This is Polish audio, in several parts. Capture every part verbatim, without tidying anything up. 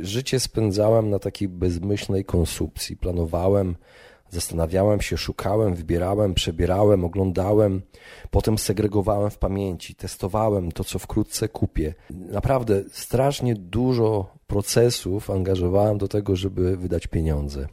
życie spędzałem na takiej bezmyślnej konsumpcji. Planowałem, zastanawiałem się, szukałem, wybierałem, przebierałem, oglądałem, potem segregowałem w pamięci, testowałem to, co wkrótce kupię. Naprawdę strasznie dużo procesów angażowałem do tego, żeby wydać pieniądze.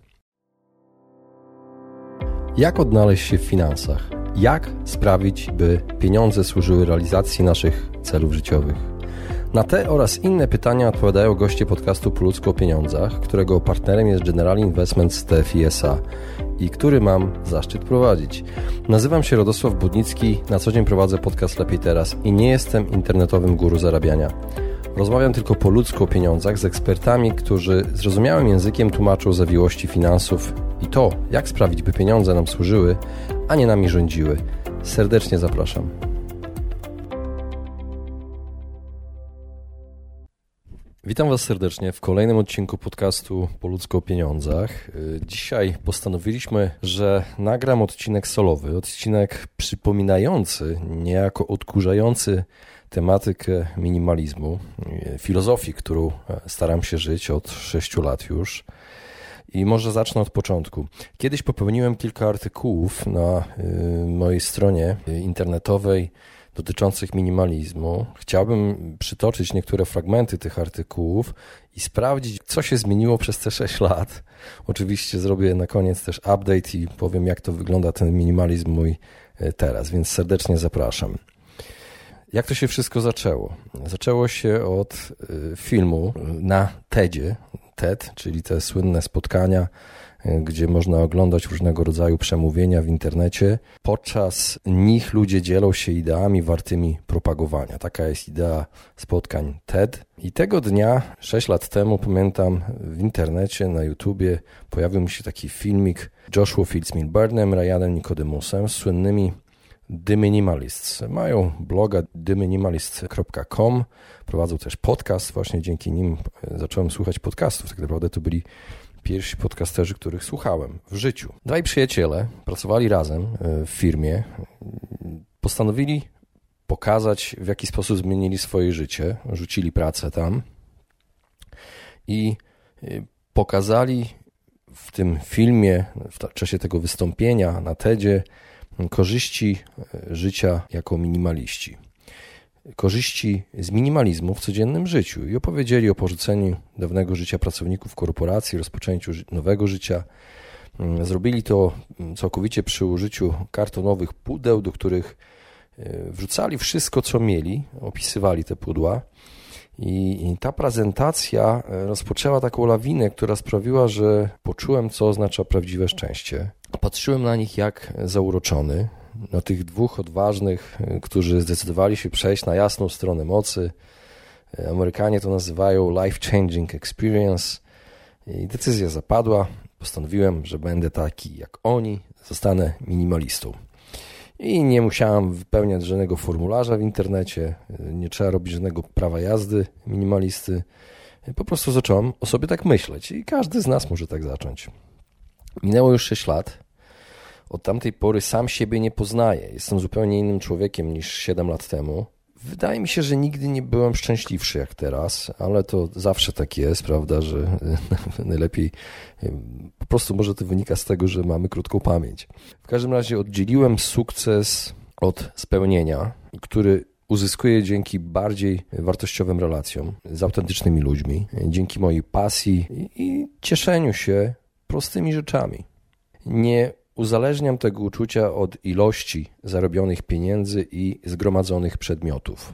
Jak odnaleźć się w finansach? Jak sprawić, by pieniądze służyły realizacji naszych celów życiowych? Na te oraz inne pytania odpowiadają goście podcastu Po ludzku o pieniądzach, którego partnerem jest General Investments T F I S A i który mam zaszczyt prowadzić. Nazywam się Radosław Budnicki, na co dzień prowadzę podcast Lepiej Teraz i nie jestem internetowym guru zarabiania. Rozmawiam tylko po ludzku o pieniądzach z ekspertami, którzy zrozumiałym językiem tłumaczą zawiłości finansów i to, jak sprawić, by pieniądze nam służyły, a nie nami rządziły. Serdecznie zapraszam. Witam Was serdecznie w kolejnym odcinku podcastu Po ludzku o pieniądzach. Dzisiaj postanowiliśmy, że nagram odcinek solowy, odcinek przypominający, niejako odkurzający tematykę minimalizmu, filozofii, którą staram się żyć od sześciu lat już. I może zacznę od początku. Kiedyś popełniłem kilka artykułów na mojej stronie internetowej dotyczących minimalizmu. Chciałbym przytoczyć niektóre fragmenty tych artykułów i sprawdzić, co się zmieniło przez te sześć lat. Oczywiście zrobię na koniec też update i powiem, jak to wygląda ten minimalizm mój teraz, więc serdecznie zapraszam. Jak to się wszystko zaczęło? Zaczęło się od filmu na TEDzie, TED, czyli te słynne spotkania, gdzie można oglądać różnego rodzaju przemówienia w internecie. Podczas nich ludzie dzielą się ideami wartymi propagowania. Taka jest idea spotkań TED. I tego dnia, sześć lat temu, pamiętam, w internecie, na YouTubie pojawił mi się taki filmik Joshua Fields-Millburnem, Ryanem Nicodemusem z słynnymi The Minimalists. Mają bloga the minimalist kropka com, prowadzą też podcast, właśnie dzięki nim zacząłem słuchać podcastów. Tak naprawdę to byli pierwsi podcasterzy, których słuchałem w życiu. Dwaj przyjaciele pracowali razem w firmie, postanowili pokazać, w jaki sposób zmienili swoje życie, rzucili pracę tam i pokazali w tym filmie, w czasie tego wystąpienia na TEDzie, korzyści życia jako minimaliści. Korzyści z minimalizmu w codziennym życiu i opowiedzieli o porzuceniu dawnego życia pracowników korporacji, rozpoczęciu nowego życia. Zrobili to całkowicie przy użyciu kartonowych pudeł, do których wrzucali wszystko, co mieli, opisywali te pudła. I ta prezentacja rozpoczęła taką lawinę, która sprawiła, że poczułem, co oznacza prawdziwe szczęście. Patrzyłem na nich jak zauroczony, na tych dwóch odważnych, którzy zdecydowali się przejść na jasną stronę mocy. Amerykanie to nazywają life-changing experience. I decyzja zapadła. Postanowiłem, że będę taki jak oni, zostanę minimalistą. I nie musiałem wypełniać żadnego formularza w internecie, nie trzeba robić żadnego prawa jazdy minimalisty. Po prostu zacząłem o sobie tak myśleć i każdy z nas może tak zacząć. Minęło już sześć lat. Od tamtej pory sam siebie nie poznaję. Jestem zupełnie innym człowiekiem niż siedem lat temu. Wydaje mi się, że nigdy nie byłem szczęśliwszy jak teraz, ale to zawsze tak jest, prawda, że najlepiej po prostu może to wynika z tego, że mamy krótką pamięć. W każdym razie oddzieliłem sukces od spełnienia, który uzyskuję dzięki bardziej wartościowym relacjom z autentycznymi ludźmi, dzięki mojej pasji i cieszeniu się prostymi rzeczami. Nie uzależniam tego uczucia od ilości zarobionych pieniędzy i zgromadzonych przedmiotów.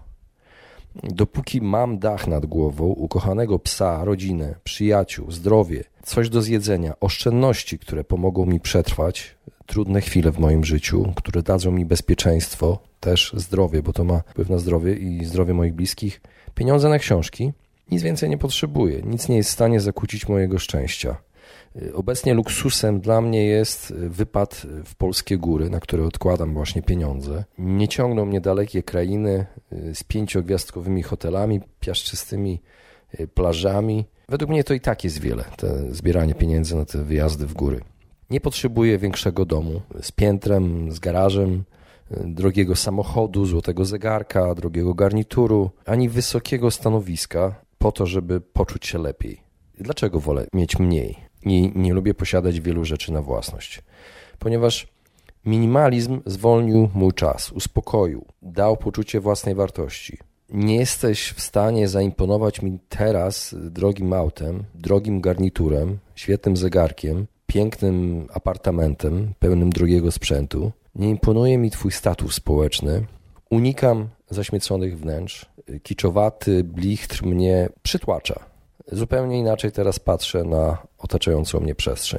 Dopóki mam dach nad głową, ukochanego psa, rodzinę, przyjaciół, zdrowie, coś do zjedzenia, oszczędności, które pomogą mi przetrwać trudne chwile w moim życiu, które dadzą mi bezpieczeństwo, też zdrowie, bo to ma wpływ na zdrowie i zdrowie moich bliskich, pieniądze na książki, nic więcej nie potrzebuję, nic nie jest w stanie zakłócić mojego szczęścia. Obecnie luksusem dla mnie jest wypad w polskie góry, na które odkładam właśnie pieniądze. Nie ciągną mnie dalekie krainy z pięciogwiazdkowymi hotelami, piaszczystymi plażami. Według mnie to i tak jest wiele, te zbieranie pieniędzy na te wyjazdy w góry. Nie potrzebuję większego domu z piętrem, z garażem, drogiego samochodu, złotego zegarka, drogiego garnituru, ani wysokiego stanowiska po to, żeby poczuć się lepiej. Dlaczego wolę mieć mniej i nie lubię posiadać wielu rzeczy na własność? Ponieważ minimalizm zwolnił mój czas, uspokoił, dał poczucie własnej wartości. Nie jesteś w stanie zaimponować mi teraz drogim autem, drogim garniturem, świetnym zegarkiem, pięknym apartamentem pełnym drogiego sprzętu. Nie imponuje mi twój status społeczny. Unikam zaśmieconych wnętrz. Kiczowaty blichtr mnie przytłacza. Zupełnie inaczej teraz patrzę na otaczającą mnie przestrzeń.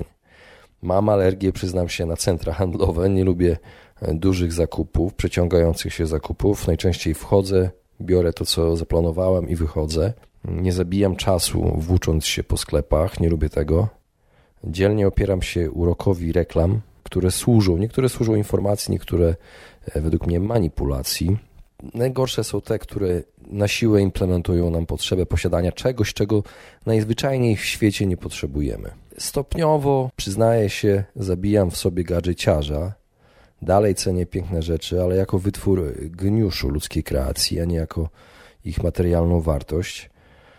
Mam alergię, przyznam się, na centra handlowe. Nie lubię dużych zakupów, przeciągających się zakupów. Najczęściej wchodzę, biorę to, co zaplanowałem i wychodzę. Nie zabijam czasu włócząc się po sklepach, nie lubię tego. Dzielnie opieram się urokowi reklam, które służą, niektóre służą informacji, niektóre według mnie manipulacji. Najgorsze są te, które na siłę implementują nam potrzebę posiadania czegoś, czego najzwyczajniej w świecie nie potrzebujemy. Stopniowo, przyznaję się, zabijam w sobie gadżeciarza. Dalej cenię piękne rzeczy, ale jako wytwór geniuszu ludzkiej kreacji, a nie jako ich materialną wartość.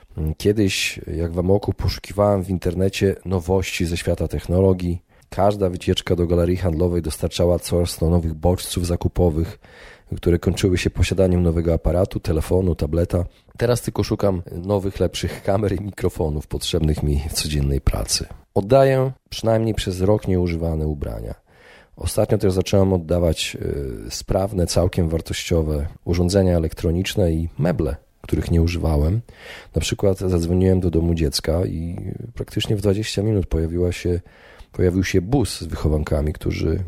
Kiedyś, jak w amoku, poszukiwałem w internecie nowości ze świata technologii. Każda wycieczka do galerii handlowej dostarczała coraz to nowych bodźców zakupowych, które kończyły się posiadaniem nowego aparatu, telefonu, tableta. Teraz tylko szukam nowych, lepszych kamer i mikrofonów potrzebnych mi w codziennej pracy. Oddaję przynajmniej przez rok nieużywane ubrania. Ostatnio też zacząłem oddawać y, sprawne, całkiem wartościowe urządzenia elektroniczne i meble, których nie używałem. Na przykład zadzwoniłem do domu dziecka i praktycznie w dwadzieścia minut pojawiła się, pojawił się bus z wychowankami, którzy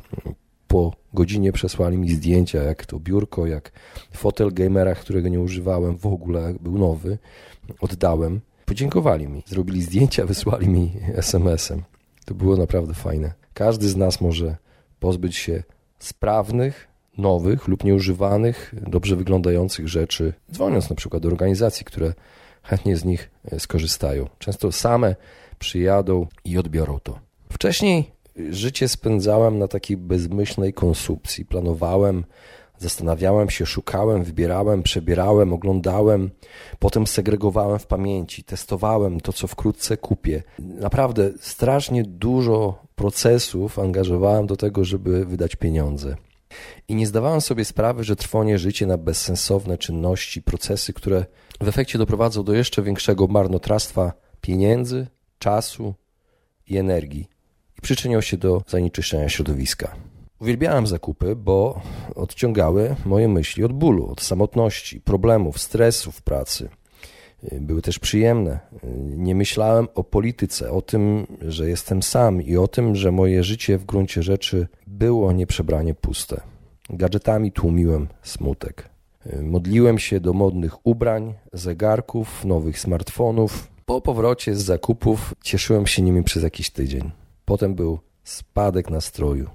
po godzinie przesłali mi zdjęcia, jak to biurko, jak fotel gamera, którego nie używałem w ogóle, był nowy. Oddałem. Podziękowali mi. Zrobili zdjęcia, wysłali mi es em esem. To było naprawdę fajne. Każdy z nas może pozbyć się sprawnych, nowych lub nieużywanych, dobrze wyglądających rzeczy, dzwoniąc na przykład do organizacji, które chętnie z nich skorzystają. Często same przyjadą i odbiorą to. Wcześniej życie spędzałem na takiej bezmyślnej konsumpcji. Planowałem, zastanawiałem się, szukałem, wybierałem, przebierałem, oglądałem, potem segregowałem w pamięci, testowałem to, co wkrótce kupię. Naprawdę strasznie dużo procesów angażowałem do tego, żeby wydać pieniądze. I nie zdawałem sobie sprawy, że trwonie życie na bezsensowne czynności, procesy, które w efekcie doprowadzą do jeszcze większego marnotrawstwa pieniędzy, czasu i energii i przyczynią się do zanieczyszczenia środowiska. Uwielbiałem zakupy, bo odciągały moje myśli od bólu, od samotności, problemów, stresu w pracy. Były też przyjemne. Nie myślałem o polityce, o tym, że jestem sam i o tym, że moje życie w gruncie rzeczy było nieprzebranie puste. Gadżetami tłumiłem smutek. Modliłem się do modnych ubrań, zegarków, nowych smartfonów. Po powrocie z zakupów cieszyłem się nimi przez jakiś tydzień. Potem był spadek nastroju.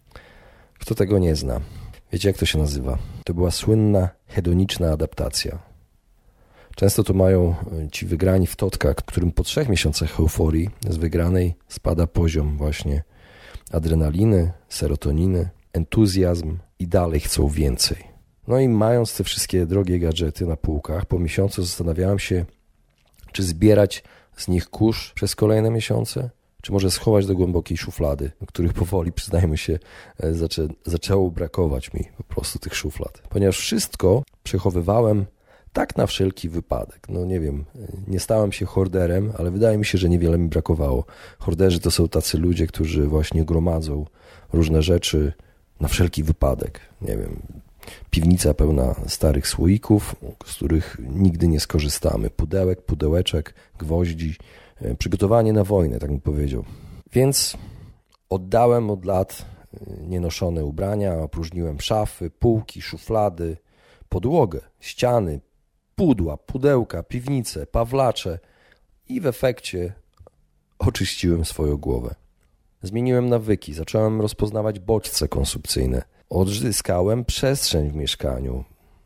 Kto tego nie zna? Wiecie, jak to się nazywa? To była słynna hedoniczna adaptacja. Często to mają ci wygrani w totkach, którym po trzech miesiącach euforii z wygranej spada poziom właśnie adrenaliny, serotoniny, entuzjazm i dalej chcą więcej. No i mając te wszystkie drogie gadżety na półkach, po miesiącu zastanawiałem się, czy zbierać z nich kurz przez kolejne miesiące, czy może schować do głębokiej szuflady, których powoli, przyznajmy się, zaczę, zaczęło brakować mi po prostu tych szuflad. Ponieważ wszystko przechowywałem tak na wszelki wypadek. No nie wiem, nie stałem się horderem, ale wydaje mi się, że niewiele mi brakowało. Horderzy to są tacy ludzie, którzy właśnie gromadzą różne rzeczy na wszelki wypadek. Nie wiem, piwnica pełna starych słoików, z których nigdy nie skorzystamy. Pudełek, pudełeczek, gwoździ. Przygotowanie na wojnę, tak bym powiedział. Więc oddałem od lat nienoszone ubrania, opróżniłem szafy, półki, szuflady, podłogę, ściany, pudła, pudełka, piwnice, pawlacze i w efekcie oczyściłem swoją głowę. Zmieniłem nawyki, zacząłem rozpoznawać bodźce konsumpcyjne. Odzyskałem przestrzeń w mieszkaniu,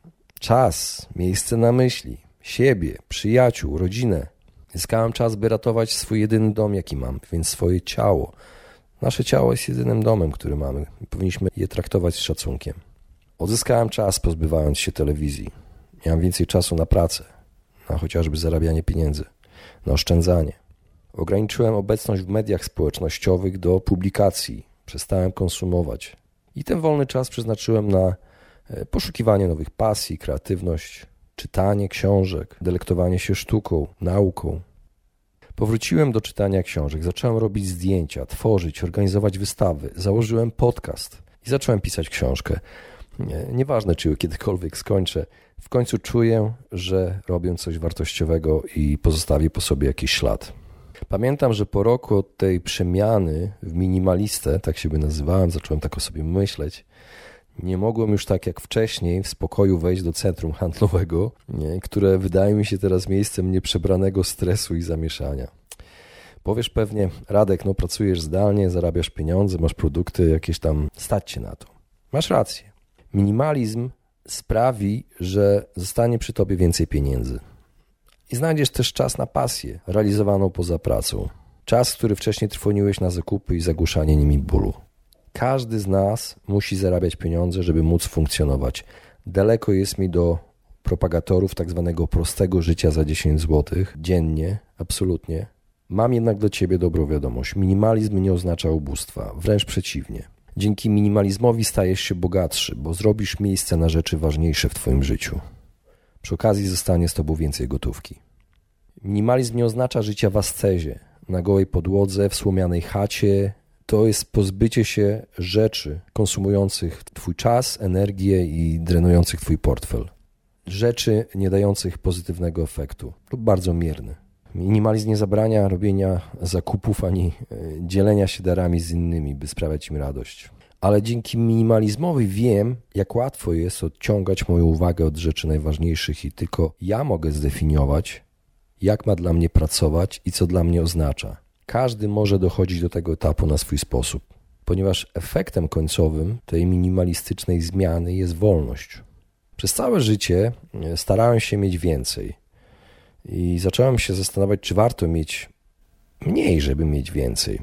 czas, miejsce na myśli, siebie, przyjaciół, rodzinę. Zyskałem czas, by ratować swój jedyny dom, jaki mam, więc swoje ciało. Nasze ciało jest jedynym domem, który mamy i powinniśmy je traktować z szacunkiem. Odzyskałem czas, pozbywając się telewizji. Miałem więcej czasu na pracę, na chociażby zarabianie pieniędzy, na oszczędzanie. Ograniczyłem obecność w mediach społecznościowych do publikacji. Przestałem konsumować. I ten wolny czas przeznaczyłem na poszukiwanie nowych pasji, kreatywność, czytanie książek, delektowanie się sztuką, nauką. Powróciłem do czytania książek, zacząłem robić zdjęcia, tworzyć, organizować wystawy, założyłem podcast i zacząłem pisać książkę. Nie, nieważne, czy kiedykolwiek skończę, w końcu czuję, że robię coś wartościowego i pozostawię po sobie jakiś ślad. Pamiętam, że po roku od tej przemiany w minimalistę, tak siebie nazywałem, zacząłem tak o sobie myśleć, nie mogłem już tak jak wcześniej w spokoju wejść do centrum handlowego, nie, które wydaje mi się teraz miejscem nieprzebranego stresu i zamieszania. Powiesz pewnie, Radek, no pracujesz zdalnie, zarabiasz pieniądze, masz produkty, jakieś tam, stać cię na to. Masz rację. Minimalizm sprawi, że zostanie przy tobie więcej pieniędzy. I znajdziesz też czas na pasję realizowaną poza pracą. Czas, który wcześniej trwoniłeś na zakupy i zagłuszanie nimi bólu. Każdy z nas musi zarabiać pieniądze, żeby móc funkcjonować. Daleko jest mi do propagatorów tak zwanego prostego życia za dziesięć złotych dziennie, absolutnie. Mam jednak do ciebie dobrą wiadomość. Minimalizm nie oznacza ubóstwa, wręcz przeciwnie. Dzięki minimalizmowi stajesz się bogatszy, bo zrobisz miejsce na rzeczy ważniejsze w twoim życiu. Przy okazji zostanie z tobą więcej gotówki. Minimalizm nie oznacza życia w ascezie, na gołej podłodze, w słomianej chacie. To jest pozbycie się rzeczy konsumujących twój czas, energię i drenujących twój portfel. Rzeczy nie dających pozytywnego efektu lub bardzo mierny. Minimalizm nie zabrania robienia zakupów ani dzielenia się darami z innymi, by sprawiać im radość. Ale dzięki minimalizmowi wiem, jak łatwo jest odciągać moją uwagę od rzeczy najważniejszych i tylko ja mogę zdefiniować, jak ma dla mnie pracować i co dla mnie oznacza. Każdy może dochodzić do tego etapu na swój sposób, ponieważ efektem końcowym tej minimalistycznej zmiany jest wolność. Przez całe życie starałem się mieć więcej i zacząłem się zastanawiać, czy warto mieć mniej, żeby mieć więcej.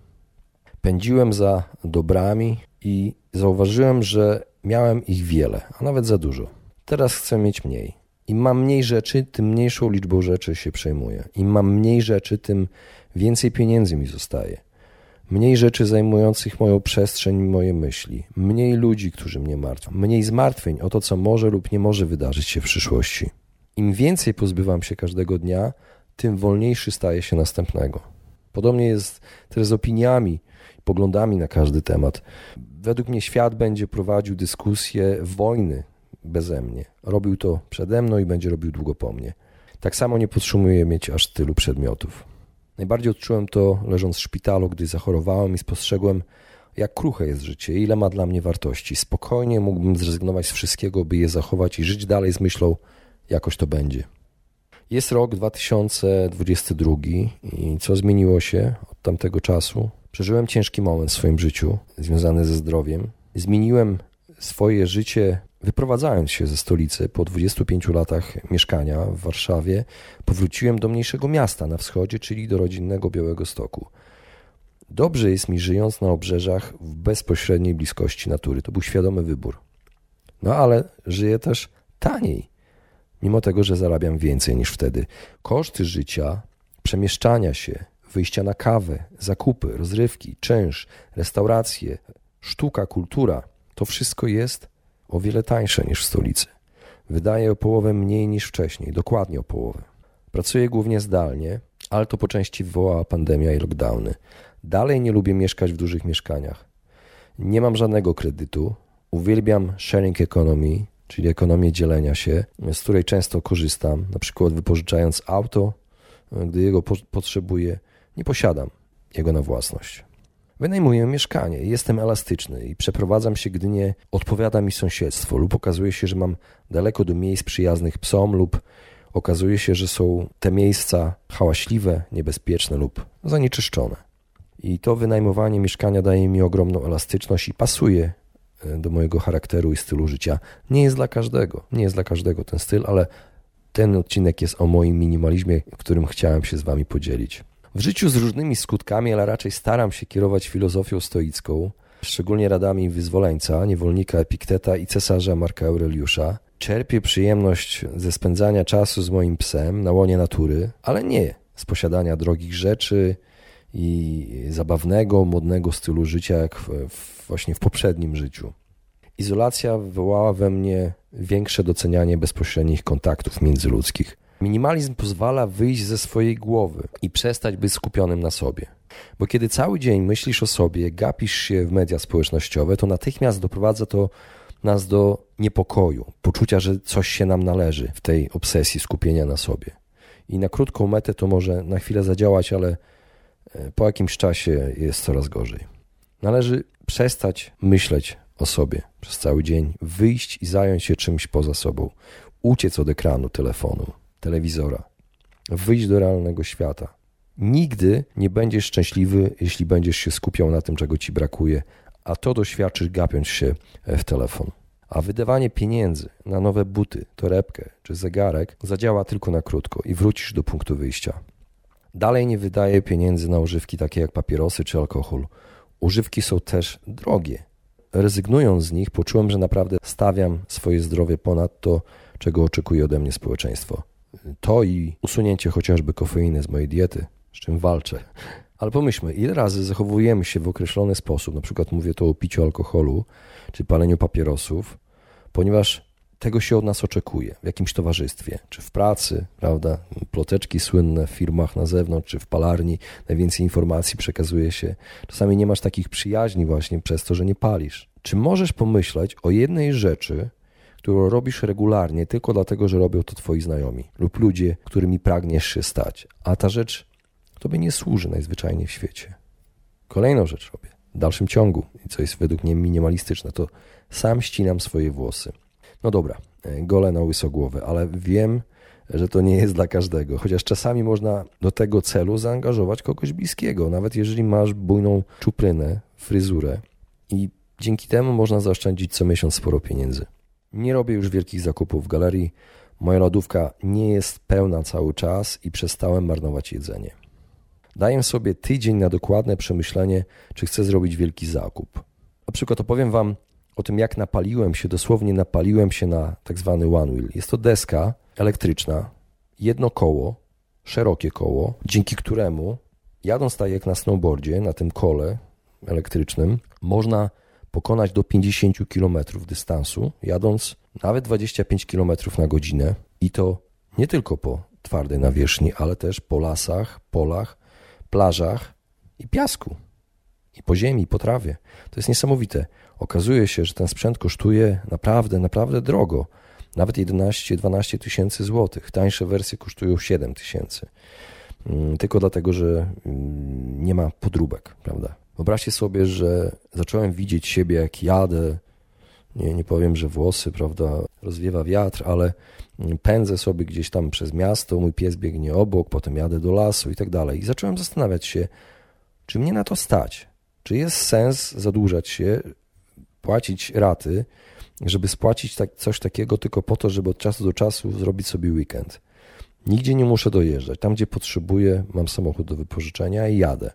Pędziłem za dobrami i zauważyłem, że miałem ich wiele, a nawet za dużo. Teraz chcę mieć mniej. Im mam mniej rzeczy, tym mniejszą liczbą rzeczy się przejmuję. Im mam mniej rzeczy, tym więcej pieniędzy mi zostaje. Mniej rzeczy zajmujących moją przestrzeń i moje myśli. Mniej ludzi, którzy mnie martwią. Mniej zmartwień o to, co może lub nie może wydarzyć się w przyszłości. Im więcej pozbywam się każdego dnia, tym wolniejszy staję się następnego. Podobnie jest też z opiniami, poglądami na każdy temat. Według mnie świat będzie prowadził dyskusje, wojny beze mnie. Robił to przede mną i będzie robił długo po mnie. Tak samo nie potrzebuję mieć aż tylu przedmiotów. Najbardziej odczułem to leżąc w szpitalu, gdy zachorowałem i spostrzegłem, jak kruche jest życie i ile ma dla mnie wartości. Spokojnie mógłbym zrezygnować z wszystkiego, by je zachować i żyć dalej z myślą, jakoś to będzie. Jest rok dwa tysiące dwudziesty drugi i co zmieniło się od tamtego czasu? Przeżyłem ciężki moment w swoim życiu związany ze zdrowiem. Zmieniłem swoje życie, wyprowadzając się ze stolicy po dwudziestu pięciu latach mieszkania w Warszawie. Powróciłem do mniejszego miasta na wschodzie, czyli do rodzinnego Białegostoku. Dobrze jest mi żyjąc na obrzeżach w bezpośredniej bliskości natury. To był świadomy wybór. No ale żyję też taniej, mimo tego, że zarabiam więcej niż wtedy. Koszty życia, przemieszczania się, wyjścia na kawę, zakupy, rozrywki, czynsz, restauracje, sztuka, kultura, to wszystko jest o wiele tańsze niż w stolicy. Wydaję o połowę mniej niż wcześniej, dokładnie o połowę. Pracuję głównie zdalnie, ale to po części wywołała pandemia i lockdowny. Dalej nie lubię mieszkać w dużych mieszkaniach. Nie mam żadnego kredytu. Uwielbiam sharing economy, czyli ekonomię dzielenia się, z której często korzystam, na przykład wypożyczając auto, gdy jego po- potrzebuję. Nie posiadam jego na własność. Wynajmuję mieszkanie, jestem elastyczny i przeprowadzam się, gdy nie odpowiada mi sąsiedztwo lub okazuje się, że mam daleko do miejsc przyjaznych psom lub okazuje się, że są te miejsca hałaśliwe, niebezpieczne lub zanieczyszczone. I to wynajmowanie mieszkania daje mi ogromną elastyczność i pasuje do mojego charakteru i stylu życia. Nie jest dla każdego, nie jest dla każdego ten styl, ale ten odcinek jest o moim minimalizmie, którym chciałem się z wami podzielić. W życiu z różnymi skutkami, ale raczej staram się kierować filozofią stoicką, szczególnie radami wyzwoleńca, niewolnika Epikteta i cesarza Marka Aureliusza. Czerpię przyjemność ze spędzania czasu z moim psem na łonie natury, ale nie z posiadania drogich rzeczy i zabawnego, modnego stylu życia, jak w, w, właśnie w poprzednim życiu. Izolacja wywołała we mnie większe docenianie bezpośrednich kontaktów międzyludzkich. Minimalizm pozwala wyjść ze swojej głowy i przestać być skupionym na sobie. Bo kiedy cały dzień myślisz o sobie, gapisz się w media społecznościowe, to natychmiast doprowadza to nas do niepokoju, poczucia, że coś się nam należy w tej obsesji skupienia na sobie. I na krótką metę to może na chwilę zadziałać, ale po jakimś czasie jest coraz gorzej. Należy przestać myśleć o sobie przez cały dzień, wyjść i zająć się czymś poza sobą, uciec od ekranu telefonu, telewizora, wyjść do realnego świata. Nigdy nie będziesz szczęśliwy, jeśli będziesz się skupiał na tym, czego ci brakuje, a to doświadczysz gapiąc się w telefon. A wydawanie pieniędzy na nowe buty, torebkę czy zegarek zadziała tylko na krótko i wrócisz do punktu wyjścia. Dalej nie wydaję pieniędzy na używki takie jak papierosy czy alkohol. Używki są też drogie. Rezygnując z nich, poczułem, że naprawdę stawiam swoje zdrowie ponad to, czego oczekuje ode mnie społeczeństwo. To i usunięcie chociażby kofeiny z mojej diety, z czym walczę. Ale pomyślmy, ile razy zachowujemy się w określony sposób, na przykład mówię tu o piciu alkoholu czy paleniu papierosów, ponieważ tego się od nas oczekuje w jakimś towarzystwie, czy w pracy, prawda? Ploteczki słynne w firmach na zewnątrz, czy w palarni, najwięcej informacji przekazuje się. Czasami nie masz takich przyjaźni właśnie przez to, że nie palisz. Czy możesz pomyśleć o jednej rzeczy, którą robisz regularnie tylko dlatego, że robią to twoi znajomi lub ludzie, którymi pragniesz się stać, a ta rzecz tobie nie służy najzwyczajniej w świecie? Kolejną rzecz robię w dalszym ciągu i co jest według mnie minimalistyczne, to sam ścinam swoje włosy. No dobra, gole na łyso głowę, ale wiem, że to nie jest dla każdego, chociaż czasami można do tego celu zaangażować kogoś bliskiego, nawet jeżeli masz bujną czuprynę, fryzurę i dzięki temu można zaoszczędzić co miesiąc sporo pieniędzy. Nie robię już wielkich zakupów w galerii, moja lodówka nie jest pełna cały czas i przestałem marnować jedzenie. Daję sobie tydzień na dokładne przemyślenie, czy chcę zrobić wielki zakup. Na przykład opowiem wam o tym, jak napaliłem się, dosłownie napaliłem się na tak zwany one wheel. Jest to deska elektryczna, jedno koło, szerokie koło, dzięki któremu jadąc tak jak na snowboardzie, na tym kole elektrycznym, można pokonać do pięćdziesiąt kilometrów dystansu, jadąc nawet dwadzieścia pięć kilometrów na godzinę i to nie tylko po twardej nawierzchni, ale też po lasach, polach, plażach i piasku. I po ziemi, i po trawie. To jest niesamowite. Okazuje się, że ten sprzęt kosztuje naprawdę, naprawdę drogo. Nawet jedenaście dwanaście tysięcy złotych. Tańsze wersje kosztują siedem tysięcy. Tylko dlatego, że nie ma podróbek, prawda? Wyobraźcie sobie, że zacząłem widzieć siebie, jak jadę. Nie, nie powiem, że włosy, prawda, rozwiewa wiatr, ale pędzę sobie gdzieś tam przez miasto, mój pies biegnie obok, potem jadę do lasu i tak dalej. I zacząłem zastanawiać się, czy mnie na to stać? Czy jest sens zadłużać się, płacić raty, żeby spłacić tak, coś takiego tylko po to, żeby od czasu do czasu zrobić sobie weekend? Nigdzie nie muszę dojeżdżać. Tam, gdzie potrzebuję, mam samochód do wypożyczenia i jadę.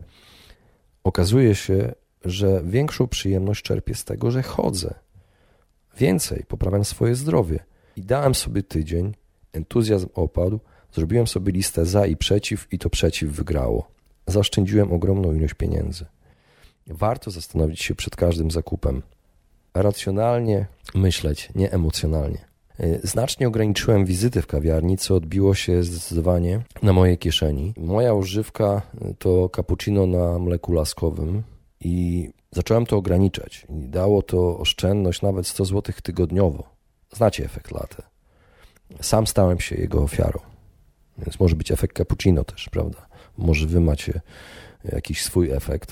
Okazuje się, że większą przyjemność czerpię z tego, że chodzę. Więcej, poprawiam swoje zdrowie. I dałem sobie tydzień, entuzjazm opadł, zrobiłem sobie listę za i przeciw i to przeciw wygrało. Zaoszczędziłem ogromną ilość pieniędzy. Warto zastanowić się przed każdym zakupem. Racjonalnie myśleć, nie emocjonalnie. Znacznie ograniczyłem wizyty w kawiarni, co odbiło się zdecydowanie na mojej kieszeni. Moja używka to cappuccino na mleku laskowym i zacząłem to ograniczać. I dało to oszczędność nawet sto złotych tygodniowo. Znacie efekt latte. Sam stałem się jego ofiarą. Więc może być efekt cappuccino też, prawda? Może wy macie jakiś swój efekt.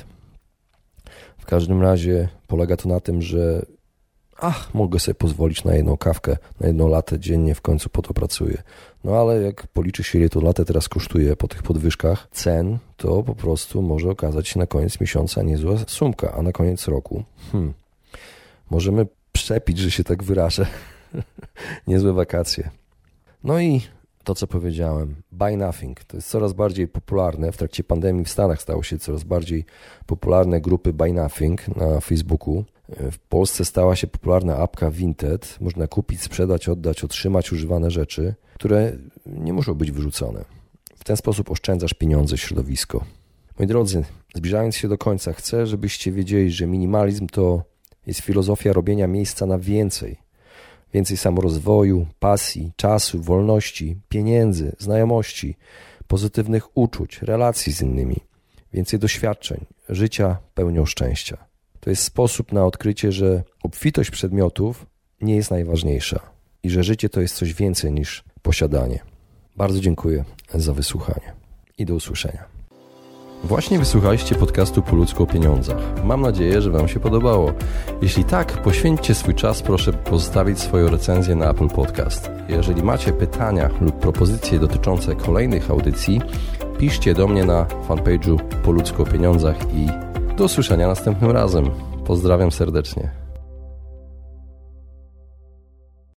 W każdym razie polega to na tym, że ach, mogę sobie pozwolić na jedną kawkę, na jedną latę dziennie, w końcu po to pracuję. No ale jak policzy się, ile to latę teraz kosztuje po tych podwyżkach cen, to po prostu może okazać się na koniec miesiąca niezła sumka, a na koniec roku hmm, możemy przepić, że się tak wyrażę, niezłe wakacje. No i to, co powiedziałem, buy nothing, to jest coraz bardziej popularne. W trakcie pandemii w Stanach stało się coraz bardziej popularne grupy buy nothing na Facebooku. W Polsce stała się popularna apka Vinted. Można kupić, sprzedać, oddać, otrzymać używane rzeczy, które nie muszą być wyrzucone. W ten sposób oszczędzasz pieniądze i środowisko. Moi drodzy, zbliżając się do końca, chcę, żebyście wiedzieli, że minimalizm to jest filozofia robienia miejsca na więcej. Więcej samorozwoju, pasji, czasu, wolności, pieniędzy, znajomości, pozytywnych uczuć, relacji z innymi. Więcej doświadczeń, życia pełnią szczęścia. To jest sposób na odkrycie, że obfitość przedmiotów nie jest najważniejsza i że życie to jest coś więcej niż posiadanie. Bardzo dziękuję za wysłuchanie i do usłyszenia. Właśnie wysłuchaliście podcastu Po ludzku o pieniądzach. Mam nadzieję, że Wam się podobało. Jeśli tak, poświęćcie swój czas, proszę pozostawić swoją recenzję na Apple Podcast. Jeżeli macie pytania lub propozycje dotyczące kolejnych audycji, piszcie do mnie na fanpage'u Po ludzku o pieniądzach i do usłyszenia następnym razem. Pozdrawiam serdecznie.